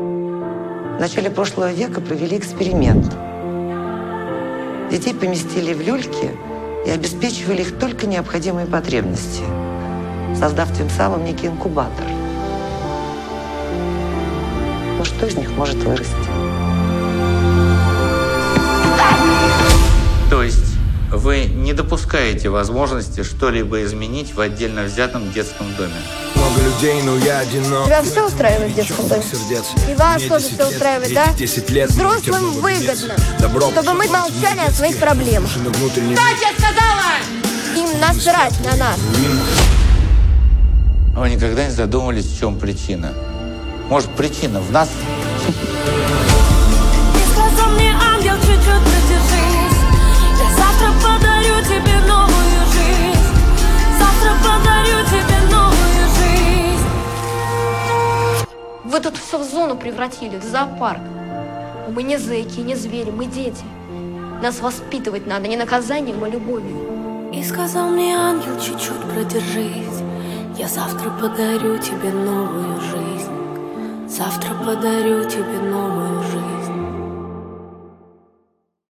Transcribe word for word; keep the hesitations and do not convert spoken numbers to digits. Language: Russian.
В начале прошлого века провели эксперимент. Детей поместили в люльки и обеспечивали их только необходимые потребности, создав тем самым некий инкубатор. Но что из них может вырасти? То есть вы не допускаете возможности что-либо изменить в отдельно взятом детском доме? Много людей, но я одинок. Тебя все устраивает в детском доме? И вас тоже все устраивает, да? Взрослым выгодно, чтобы мы молчали о своих проблемах. Что я сказала? Им насрать на нас. Вы никогда не задумывались, в чем причина? Может, причина в нас? Ты сказал мне, ангел, чуть-чуть продержись. Я завтра подарю тебе новую жизнь. Завтра подарю тебе новую жизнь. Вы тут все в зону превратили, в зоопарк. Мы не зэки, не звери, мы дети. Нас воспитывать надо не наказанием, а любовью. И сказал мне, ангел, чуть-чуть продержись. Я завтра подарю тебе новую жизнь. Завтра подарю тебе новую жизнь.